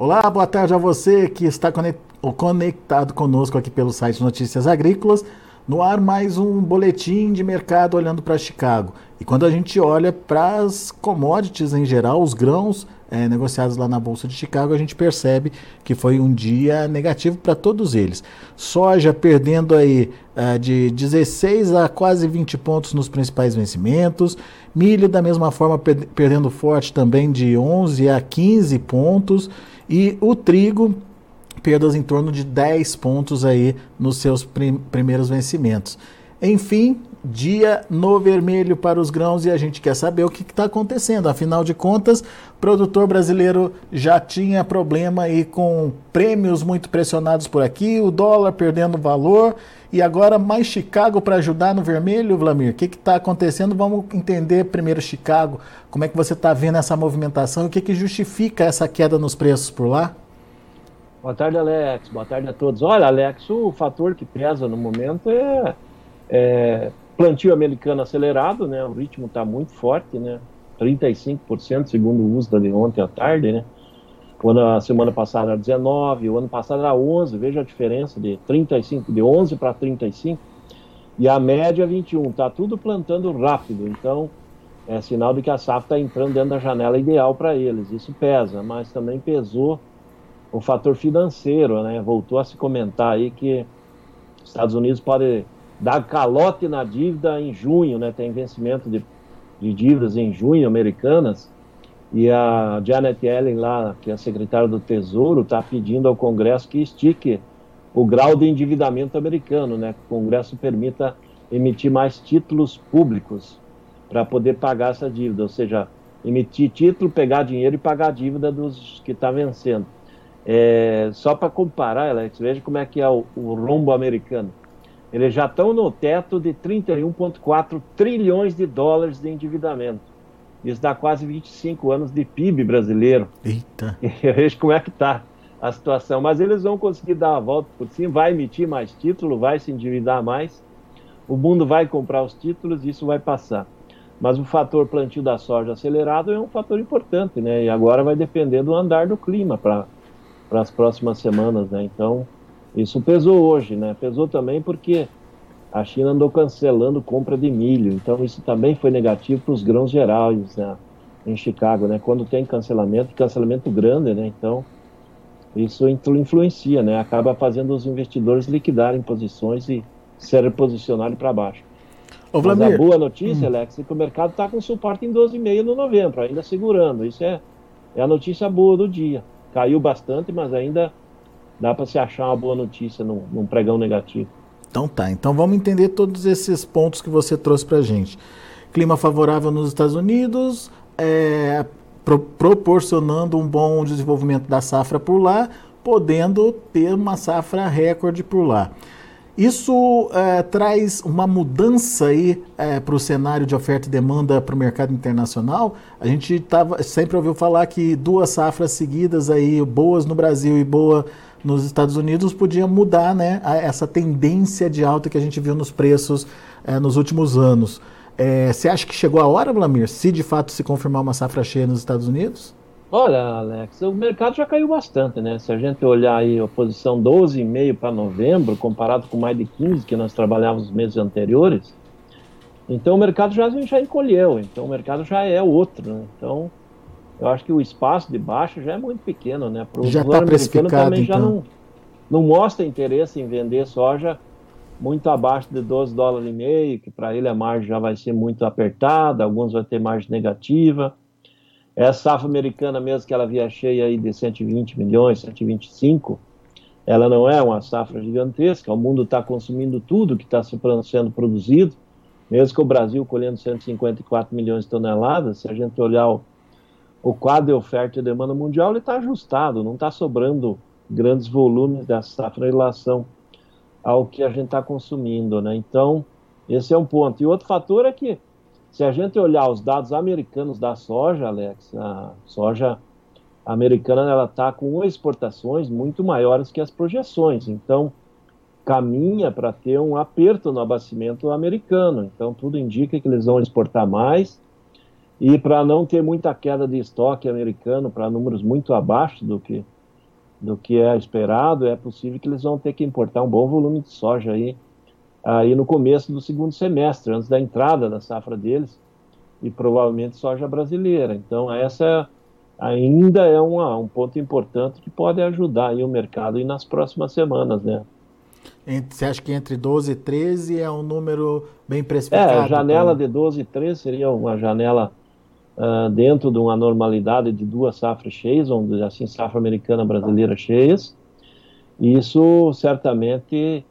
Olá, boa tarde a você que está conectado conosco aqui pelo site Notícias Agrícolas. No ar mais um boletim de mercado olhando para Chicago. E quando a gente olha para as commodities em geral, os grãos negociados lá na Bolsa de Chicago, a gente percebe que foi um dia negativo para todos eles. Soja perdendo aí de 16 a quase 20 pontos nos principais vencimentos. Milho da mesma forma perdendo forte também de 11 a 15 pontos. E o trigo, perdas em torno de 10 pontos aí nos seus primeiros vencimentos. Enfim, dia no vermelho para os grãos e a gente quer saber o que está acontecendo. Afinal de contas, o produtor brasileiro já tinha problema aí com prêmios muito pressionados por aqui, o dólar perdendo valor e agora mais Chicago para ajudar no vermelho, Vlamir. O que está acontecendo? Vamos entender primeiro Chicago, como é que você está vendo essa movimentação e o que justifica essa queda nos preços por lá? Boa tarde, Alex. Boa tarde a todos. Olha, Alex, o fator que pesa no momento é plantio americano acelerado, né? O ritmo está muito forte, né? 35% segundo o USDA de ontem à tarde, né? A semana passada era 19%, o ano passado era 11%, veja a diferença de 35%, de 11% para 35%, e a média 21%. Está tudo plantando rápido, então é sinal de que a safra está entrando dentro da janela ideal para eles. Isso pesa, mas também pesou o fator financeiro, né? Voltou a se comentar aí que os Estados Unidos podem dar calote na dívida em junho, né? Tem vencimento de dívidas em junho americanas, e a Janet Yellen lá, que é a secretária do Tesouro, está pedindo ao Congresso que estique o grau de endividamento americano, né? Que o Congresso permita emitir mais títulos públicos para poder pagar essa dívida, ou seja, emitir título, pegar dinheiro e pagar a dívida dos que está vencendo. Só para comparar, Alex, veja como é que é o rombo americano. Eles já estão no teto de 31,4 trilhões de dólares de endividamento. Isso dá quase 25 anos de PIB brasileiro. Eita! E veja como é que está a situação. Mas eles vão conseguir dar a volta por cima, vai emitir mais título, vai se endividar mais, o mundo vai comprar os títulos e isso vai passar. Mas o fator plantio da soja acelerado é um fator importante, né? E agora vai depender do andar do clima para as próximas semanas, né? Então, isso pesou hoje, né? Pesou também porque a China andou cancelando compra de milho, então isso também foi negativo para os grãos gerais, né? Em Chicago, né? Quando tem cancelamento grande, né? Então, isso influencia, né? Acaba fazendo os investidores liquidarem posições e se reposicionarem para baixo. Mas a boa notícia, Alex, é que o mercado está com suporte em 12,5 no novembro, ainda segurando. Isso é a notícia boa do dia. Caiu bastante, mas ainda dá para se achar uma boa notícia num pregão negativo. Então tá, então vamos entender todos esses pontos que você trouxe para a gente. Clima favorável nos Estados Unidos, proporcionando um bom desenvolvimento da safra por lá, podendo ter uma safra recorde por lá. Isso traz uma mudança aí para o cenário de oferta e demanda para o mercado internacional. A gente sempre ouviu falar que 2 safras seguidas aí, boas no Brasil e boa nos Estados Unidos, podia mudar, né, essa tendência de alta que a gente viu nos preços nos últimos anos. Você acha que chegou a hora, Vlamir, se de fato se confirmar uma safra cheia nos Estados Unidos? Olha, Alex, o mercado já caiu bastante, né? Se a gente olhar aí a posição 12,5 para novembro, comparado com mais de 15 que nós trabalhávamos nos meses anteriores, então o mercado já encolheu, então o mercado já é outro, né? Então, eu acho que o espaço de baixo já é muito pequeno, né? O já está precificado, também então. Já não mostra interesse em vender soja muito abaixo de 12 dólares e meio, que para ele a margem já vai ser muito apertada, alguns vão ter margem negativa. Essa safra americana mesmo, que ela via cheia aí de 120 milhões, 125, ela não é uma safra gigantesca, o mundo está consumindo tudo que está sendo produzido, mesmo que o Brasil colhendo 154 milhões de toneladas, se a gente olhar o quadro de oferta e demanda mundial, ele está ajustado, não está sobrando grandes volumes dessa safra em relação ao que a gente está consumindo, né? Então, esse é um ponto. E outro fator é que, se a gente olhar os dados americanos da soja, Alex, a soja americana ela está com exportações muito maiores que as projeções. Então, caminha para ter um aperto no abastecimento americano. Então, tudo indica que eles vão exportar mais. E para não ter muita queda de estoque americano, para números muito abaixo do que do que é esperado, é possível que eles vão ter que importar um bom volume de soja aí no começo do segundo semestre, antes da entrada da safra deles, e provavelmente soja brasileira. Então, essa ainda é um ponto importante que pode ajudar aí o mercado aí nas próximas semanas, né? Você acha que entre 12 e 13 é um número bem A precificado? janela de 12 e 13 seria uma janela dentro de uma normalidade de duas safras cheias, vamos dizer assim, safra americana brasileira cheias, e isso certamente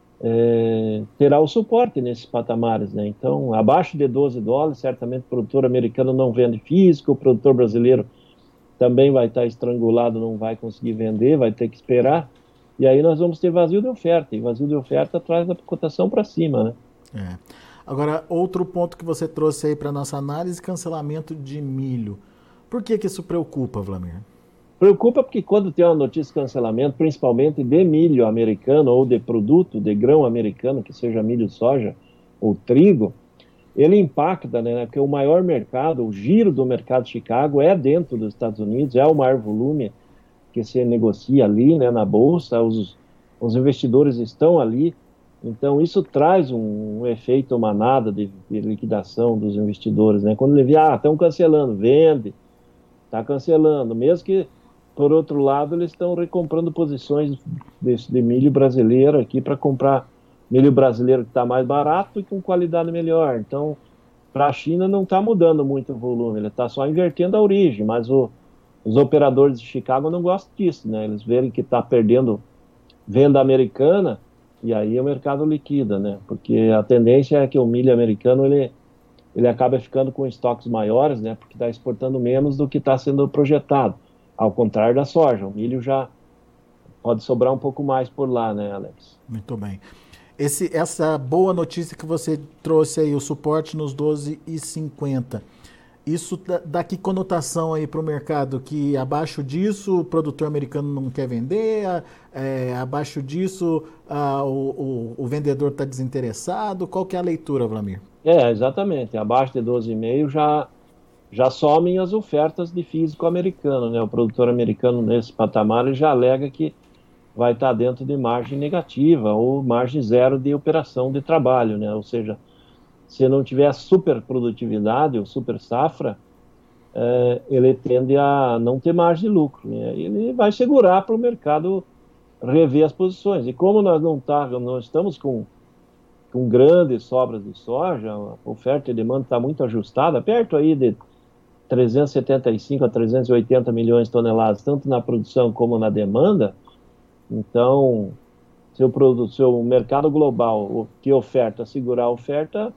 terá o suporte nesses patamares, né? Então, abaixo de $12, certamente o produtor americano não vende físico, o produtor brasileiro também vai estar estrangulado, não vai conseguir vender, vai ter que esperar, e aí nós vamos ter vazio de oferta, e vazio de oferta traz a cotação para cima, né? É. Agora, outro ponto que você trouxe aí para nossa análise, cancelamento de milho. Por que isso preocupa, Vlamir? Preocupa porque quando tem uma notícia de cancelamento, principalmente de milho americano ou de produto, de grão americano, que seja milho, soja ou trigo, ele impacta, né? Porque o maior mercado, o giro do mercado de Chicago é dentro dos Estados Unidos, é o maior volume que se negocia ali, né, na bolsa, os investidores estão ali, então isso traz um efeito manada de liquidação dos investidores, né? Quando ele vê, estão cancelando, vende, está cancelando, mesmo que, por outro lado, eles estão recomprando posições de milho brasileiro aqui para comprar milho brasileiro que está mais barato e com qualidade melhor. Então, para a China não está mudando muito o volume, ele está só invertendo a origem, mas os operadores de Chicago não gostam disso, né? Eles verem que está perdendo venda americana e aí o mercado liquida, né? Porque a tendência é que o milho americano ele acaba ficando com estoques maiores, né? Porque está exportando menos do que está sendo projetado. Ao contrário da soja, o milho já pode sobrar um pouco mais por lá, né, Alex? Muito bem. Essa boa notícia que você trouxe aí, o suporte nos 12,50. Isso dá que conotação aí para o mercado? Que abaixo disso o produtor americano não quer vender, abaixo disso o vendedor está desinteressado? Qual que é a leitura, Vlamir? Exatamente. Abaixo de 12,5 já somem as ofertas de físico americano, né? O produtor americano nesse patamar ele já alega que vai estar dentro de margem negativa ou margem zero de operação de trabalho, né? Ou seja, se não tiver super produtividade ou super safra, ele tende a não ter margem de lucro, né? Ele vai segurar para o mercado rever as posições. E como nós não estamos com grandes sobras de soja, a oferta e demanda está muito ajustada, perto aí de 375 a 380 milhões de toneladas, tanto na produção como na demanda. Então, se o mercado global que oferta segurar a oferta,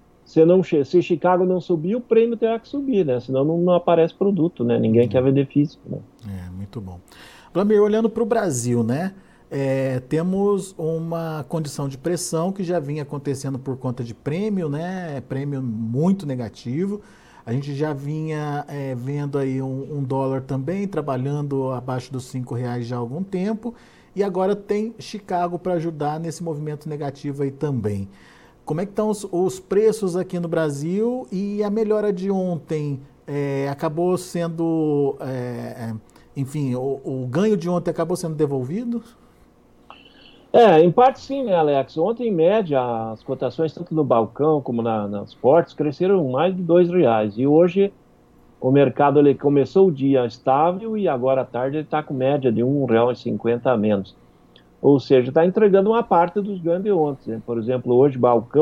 se Chicago não subir, o prêmio terá que subir, né? Senão não aparece produto, né? Ninguém quer vender físico, né? Muito bom. Vlamir, olhando para o Brasil, né? Temos uma condição de pressão que já vinha acontecendo por conta de prêmio, né? Prêmio muito negativo. A gente já vinha vendo aí um dólar também trabalhando abaixo dos R$ 5 já há algum tempo. E agora tem Chicago para ajudar nesse movimento negativo aí também. Como é que estão os preços aqui no Brasil e a melhora de ontem acabou sendo, enfim, o ganho de ontem acabou sendo devolvido? Em parte sim, né, Alex? Ontem, em média, as cotações, tanto no balcão como nas portas, cresceram mais de R$ 2. E hoje, o mercado ele começou o dia estável e agora à tarde ele está com média de R$ 1,50 a menos. Ou seja, está entregando uma parte dos ganhos de ontem, né? Por exemplo, hoje,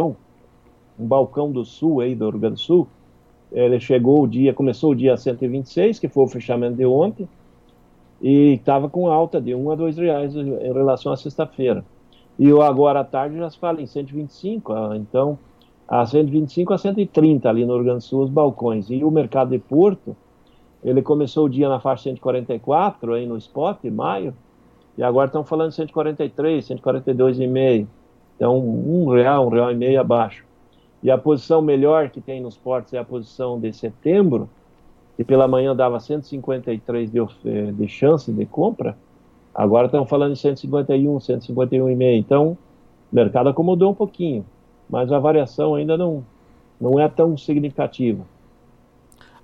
um balcão do sul, aí do Rio Grande do Sul, ele começou o dia a 126, que foi o fechamento de ontem, e estava com alta de R$ 1 a R$ 2 em relação à sexta-feira. E agora à tarde já se fala em 125, então a 125 a 130 ali no Rio Grande do Sul os balcões. E o mercado de Porto, ele começou o dia na faixa 144 aí no spot, em maio, e agora estão falando de 143, 142,5. Então, R$ 1,00, R$ 1,50 abaixo. E a posição melhor que tem nos portos é a posição de setembro, que pela manhã dava 153 de chance de compra, agora estão falando de 151, 151,5. Então, o mercado acomodou um pouquinho, mas a variação ainda não é tão significativa.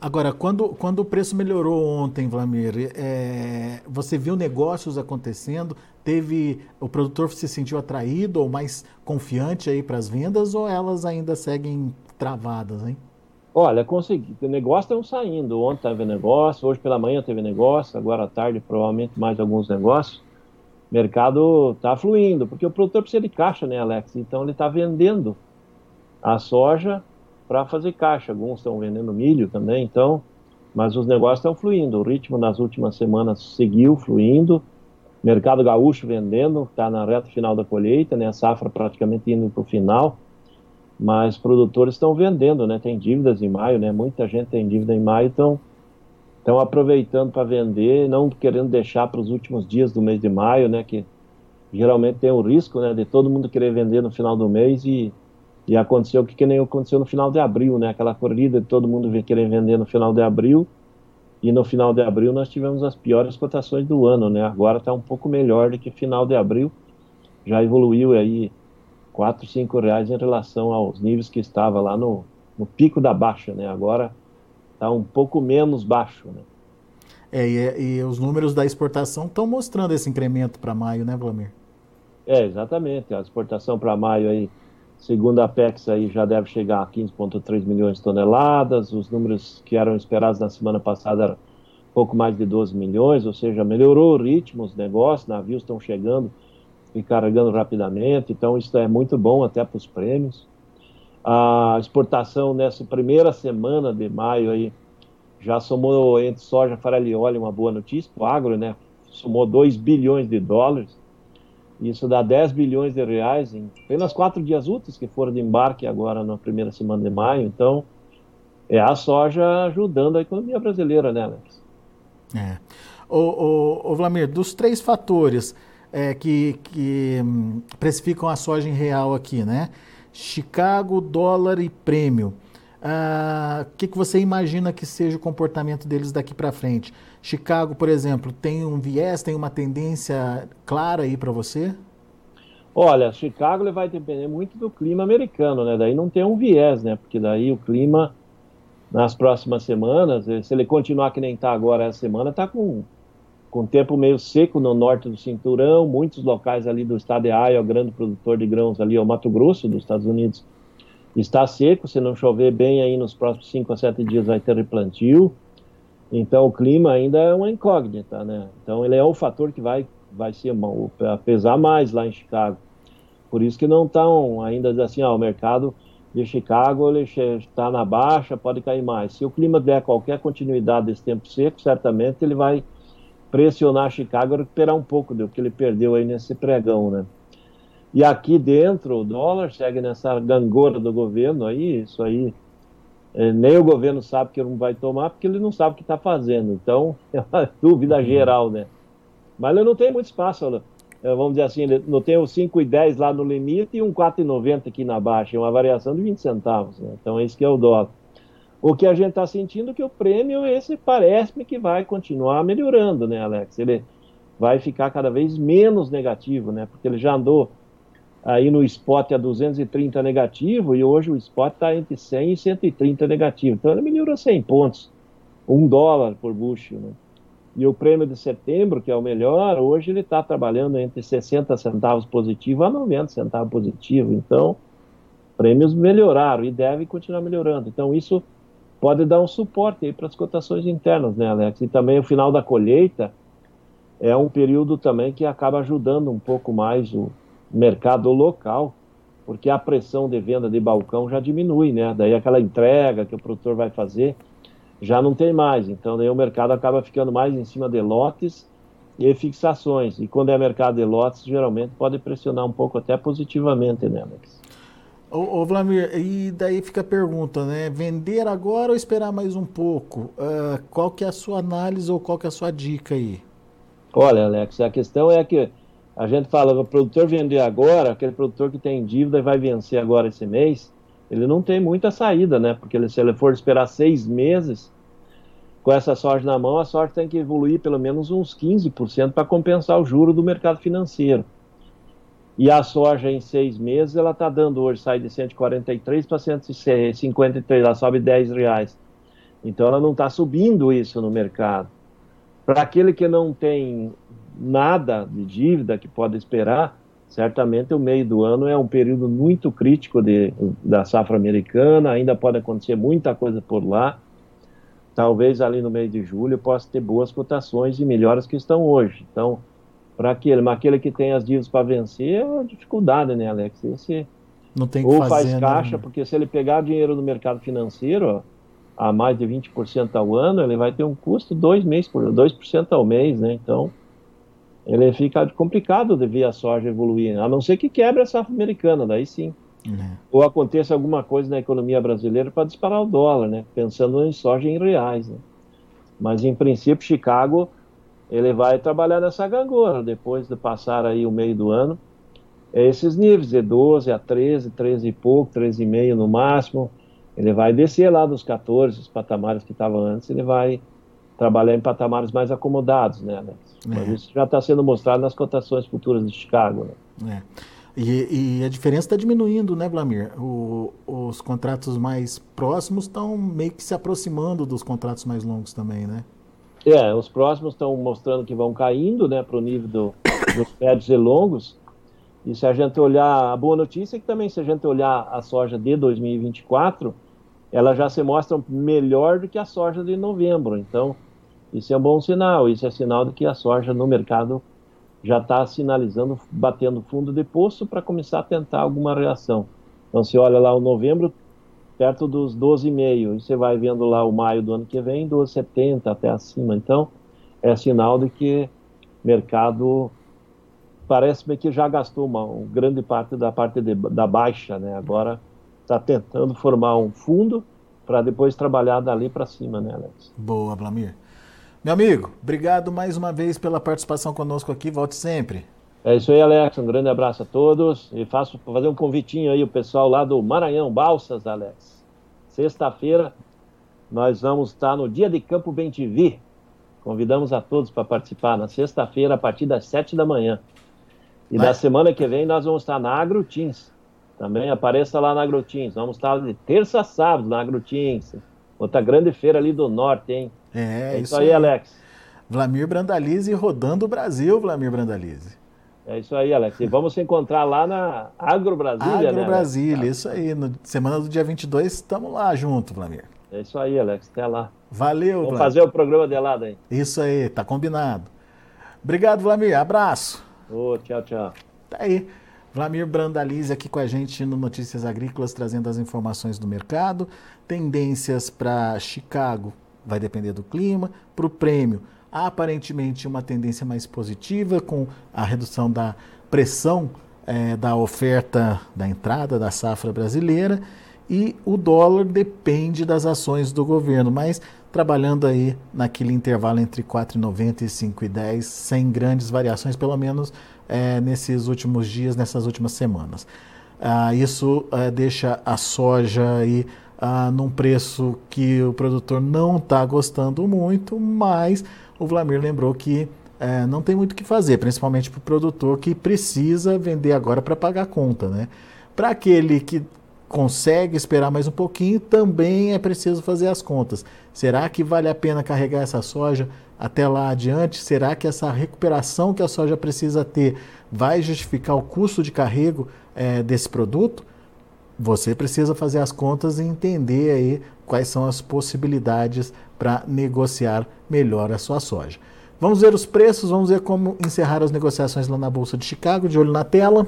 Agora, quando o preço melhorou ontem, Vlamir, você viu negócios acontecendo? O produtor se sentiu atraído ou mais confiante aí para as vendas ou elas ainda seguem travadas, hein? Olha, consegui. Negócios estão saindo. Ontem teve negócio, hoje pela manhã teve negócio, agora à tarde provavelmente mais alguns negócios. O mercado está fluindo, porque o produtor precisa de caixa, né, Alex? Então ele está vendendo a soja para fazer caixa. Alguns estão vendendo milho também, então, mas os negócios estão fluindo. O ritmo nas últimas semanas seguiu fluindo. Mercado gaúcho vendendo, está na reta final da colheita, né? A safra praticamente indo para o final, mas produtores estão vendendo, né? Tem dívidas em maio, né? Muita gente tem dívida em maio, estão aproveitando para vender, não querendo deixar para os últimos dias do mês de maio, né? Que geralmente tem o risco, né? De todo mundo querer vender no final do mês e aconteceu o que nem aconteceu no final de abril, né? Aquela corrida de todo mundo querer vender no final de abril. E no final de abril nós tivemos as piores cotações do ano, né? Agora está um pouco melhor do que final de abril. Já evoluiu aí 4, 5 reais em relação aos níveis que estava lá no pico da baixa, né? Agora está um pouco menos baixo, né? E os números da exportação estão mostrando esse incremento para maio, né, Vlamir? Exatamente. A exportação para maio aí, segundo a Apex, aí já deve chegar a 15,3 milhões de toneladas. Os números que eram esperados na semana passada eram pouco mais de 12 milhões, ou seja, melhorou o ritmo, os negócios, navios estão chegando e carregando rapidamente, então isso é muito bom até para os prêmios. A exportação nessa primeira semana de maio aí já somou entre soja, farelo e óleo uma boa notícia, o agro, né, somou 2 bilhões de dólares, isso dá 10 bilhões de reais em apenas 4 dias úteis que foram de embarque agora na primeira semana de maio, então é a soja ajudando a economia brasileira, né, Alex? Ô Vlamir, dos 3 fatores que precificam a soja em real aqui, né? Chicago, dólar e prêmio. O que você imagina que seja o comportamento deles daqui para frente? Chicago, por exemplo, tem um viés, tem uma tendência clara aí para você? Olha, Chicago ele vai depender muito do clima americano, né? Daí não tem um viés, né? Porque daí o clima nas próximas semanas, se ele continuar que nem está agora essa semana, está com tempo meio seco no norte do cinturão, muitos locais ali do estado de Iowa, grande produtor de grãos ali, o Mato Grosso dos Estados Unidos, está seco, se não chover bem aí nos próximos 5 a 7 dias vai ter replantio, então o clima ainda é uma incógnita, né? Então ele é um fator que vai pesar mais lá em Chicago, por isso que não estão ainda assim, o mercado de Chicago ele está na baixa, pode cair mais. Se o clima der qualquer continuidade desse tempo seco, certamente ele vai pressionar Chicago a recuperar um pouco do que ele perdeu aí nesse pregão, né? E aqui dentro, o dólar segue nessa gangorra do governo aí, isso aí, nem o governo sabe que não vai tomar, porque ele não sabe o que está fazendo. Então, é uma dúvida geral, né? Mas ele não tem muito espaço, vamos dizer assim, ele não tem os 5,10 lá no limite e um 4,90 aqui na baixa, é uma variação de 20 centavos, né? Então, esse que é o dólar. O que a gente está sentindo é que o prêmio, esse parece-me que vai continuar melhorando, né, Alex? Ele vai ficar cada vez menos negativo, né? Porque ele já andou aí no spot a 230 negativo e hoje o spot está entre 100 e 130 negativo. Então ele melhorou 100 pontos, $1 por bushel, né? E o prêmio de setembro, que é o melhor, hoje ele está trabalhando entre 60 centavos positivo a 90 centavos positivo. Então, prêmios melhoraram e devem continuar melhorando. Então, isso pode dar um suporte aí para as cotações internas, né, Alex? E também o final da colheita é um período também que acaba ajudando um pouco mais o mercado local, porque a pressão de venda de balcão já diminui, né? Daí aquela entrega que o produtor vai fazer já não tem mais. Então, daí o mercado acaba ficando mais em cima de lotes e fixações. E quando é mercado de lotes, geralmente pode pressionar um pouco até positivamente, né, Alex? Ô Vlamir, e daí fica a pergunta, né? Vender agora ou esperar mais um pouco? Qual que é a sua análise ou qual que é a sua dica aí? Olha, Alex, a questão é que a gente fala, o produtor vender agora, aquele produtor que tem dívida e vai vencer agora esse mês, ele não tem muita saída, né? Porque se ele for esperar 6 meses com essa soja na mão, a soja tem que evoluir pelo menos uns 15% para compensar o juro do mercado financeiro. E a soja em 6 meses, ela está dando hoje, sai de 143 para 153, ela sobe R$10. Então ela não está subindo isso no mercado. Para aquele que não tem nada de dívida que pode esperar, certamente o meio do ano é um período muito crítico da safra americana, ainda pode acontecer muita coisa por lá. Talvez ali no mês de julho possa ter boas cotações e melhores que estão hoje. Então, para aquele que tem as dívidas para vencer, é uma dificuldade, né, Alex? Esse Não tem o que ou faz fazer, né, caixa, Vlamir? porque se ele pegar dinheiro no mercado financeiro, ó, a mais de 20% ao ano, ele vai ter um custo 2% ao mês, né? Então, ele fica complicado de ver a soja evoluir, a não ser que quebre a safra americana, daí sim. É. Ou aconteça alguma coisa na economia brasileira para disparar o dólar, né? Pensando em soja em reais, né? Mas, em princípio, Chicago, ele vai trabalhar nessa gangorra, depois de passar aí o meio do ano, esses níveis, de 12 a 13, 13 e pouco, 13,5 no máximo. Ele vai descer lá dos 14, os patamares que estavam antes, ele vai trabalhar em patamares mais acomodados, né, Alex? Mas É. isso já está sendo mostrado nas cotações futuras de Chicago, né? É. E a diferença está diminuindo, né, Vlamir? Os contratos mais próximos estão meio que se aproximando dos contratos mais longos também, né? Os próximos estão mostrando que vão caindo, né, para o nível dos médios e longos. E se a gente olhar, a boa notícia é que também, se a gente olhar a soja de 2024, ela já se mostra melhor do que a soja de novembro. Então, isso é um bom sinal. Isso é sinal de que a soja no mercado já está sinalizando, batendo fundo de poço para começar a tentar alguma reação. Então, se olha lá o novembro, perto dos 12,5, e você vai vendo lá o maio do ano que vem, 12,70 até acima. Então, é sinal de que o mercado parece-me que já gastou uma grande parte da baixa, né? Agora está tentando formar um fundo para depois trabalhar dali para cima, né, Alex? Boa, Vlamir. Meu amigo, obrigado mais uma vez pela participação conosco aqui. Volte sempre. É isso aí, Alex. Um grande abraço a todos. E faço fazer um convitinho aí, o pessoal lá do Maranhão, Balsas, Alex. Sexta-feira, nós vamos estar no Dia de Campo Bem TV. Convidamos a todos para participar na sexta-feira, a partir das 7 da manhã. E na Vai. semana que vem, nós vamos estar na Agrotins. Também apareça lá na Agrotins. Vamos estar de terça a sábado na Agrotins. Outra grande feira ali do norte, hein? É, É isso isso aí, aí. Alex. Vlamir Brandalize rodando o Brasil, Vlamir Brandalize. É isso aí, Alex. E vamos se encontrar lá na Agro Brasília, né, Agro Alex? Brasília, isso aí. No semana do dia 22, estamos lá junto, Vlamir. É isso aí, Alex. Até lá. Valeu, Vamos Vlamir. fazer o programa de lado aí. Isso aí, tá combinado. Obrigado, Vlamir. Abraço. Tchau, tchau. Tá aí. Vlamir Brandalize aqui com a gente no Notícias Agrícolas, trazendo as informações do mercado. Tendências para Chicago vai depender do clima. Para o prêmio, aparentemente uma tendência mais positiva, com a redução da pressão da oferta da entrada da safra brasileira. E o dólar depende das ações do governo, mas trabalhando aí naquele intervalo entre 4,90 e 5,10, sem grandes variações, pelo menos nesses últimos dias, nessas últimas semanas. Isso deixa a soja aí num preço que o produtor não está gostando muito, mas o Vlamir lembrou que não tem muito o que fazer, principalmente para o produtor que precisa vender agora para pagar a conta, né? Para aquele que consegue esperar mais um pouquinho, também é preciso fazer as contas. Será que vale a pena carregar essa soja até lá adiante? Será que essa recuperação que a soja precisa ter vai justificar o custo de carrego desse produto? Você precisa fazer as contas e entender aí quais são as possibilidades para negociar melhor a sua soja. Vamos ver os preços, vamos ver como encerrar as negociações lá na Bolsa de Chicago, de olho na tela.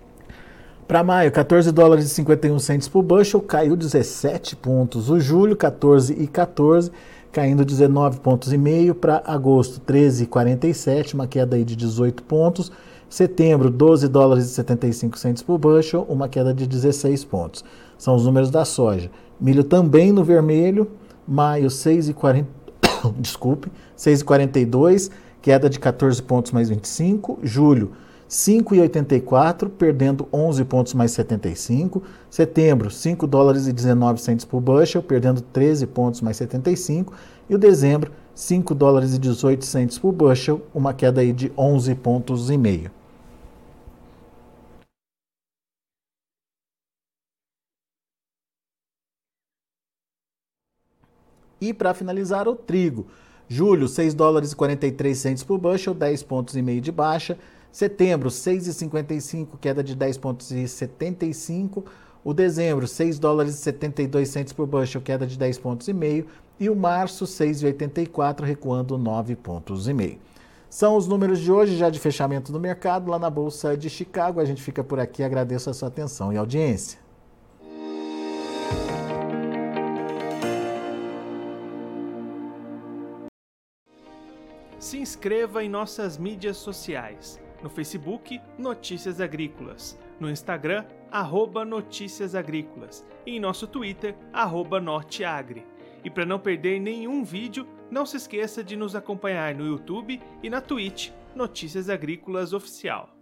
Para maio, 14 dólares e 51 centes por bushel, caiu 17 pontos. O julho, 14,14, caindo 19 pontos e meio. Para agosto, 13,47, uma queda aí de 18 pontos. Setembro, 12 dólares e 75 centes por bushel, uma queda de 16 pontos. São os números da soja. Milho também no vermelho, maio 6,40, desculpe, 6,42, queda de 14 pontos mais 25. Julho, 5,84, perdendo 11 pontos mais 75. Setembro, 5 dólares e 19 centes por bushel, perdendo 13 pontos mais 75. E o dezembro, 5 dólares e 18 centes por bushel, uma queda aí de 11 pontos e meio. E para finalizar, o trigo. Julho, 6 dólares e 43 centes por bushel, 10 pontos e meio de baixa. Setembro, 6,55, queda de 10 pontos e 75. O dezembro, 6 dólares e 72 centes por bushel, queda de 10 pontos e meio. E o março, 6,84, recuando 9 pontos e meio. São os números de hoje, já de fechamento do mercado, lá na Bolsa de Chicago. A gente fica por aqui, agradeço a sua atenção e audiência. Se inscreva em nossas mídias sociais. No Facebook, Notícias Agrícolas. No Instagram, @Notícias Agrícolas. E em nosso Twitter, @Norteagri. E para não perder nenhum vídeo, não se esqueça de nos acompanhar no YouTube e na Twitch, Notícias Agrícolas Oficial.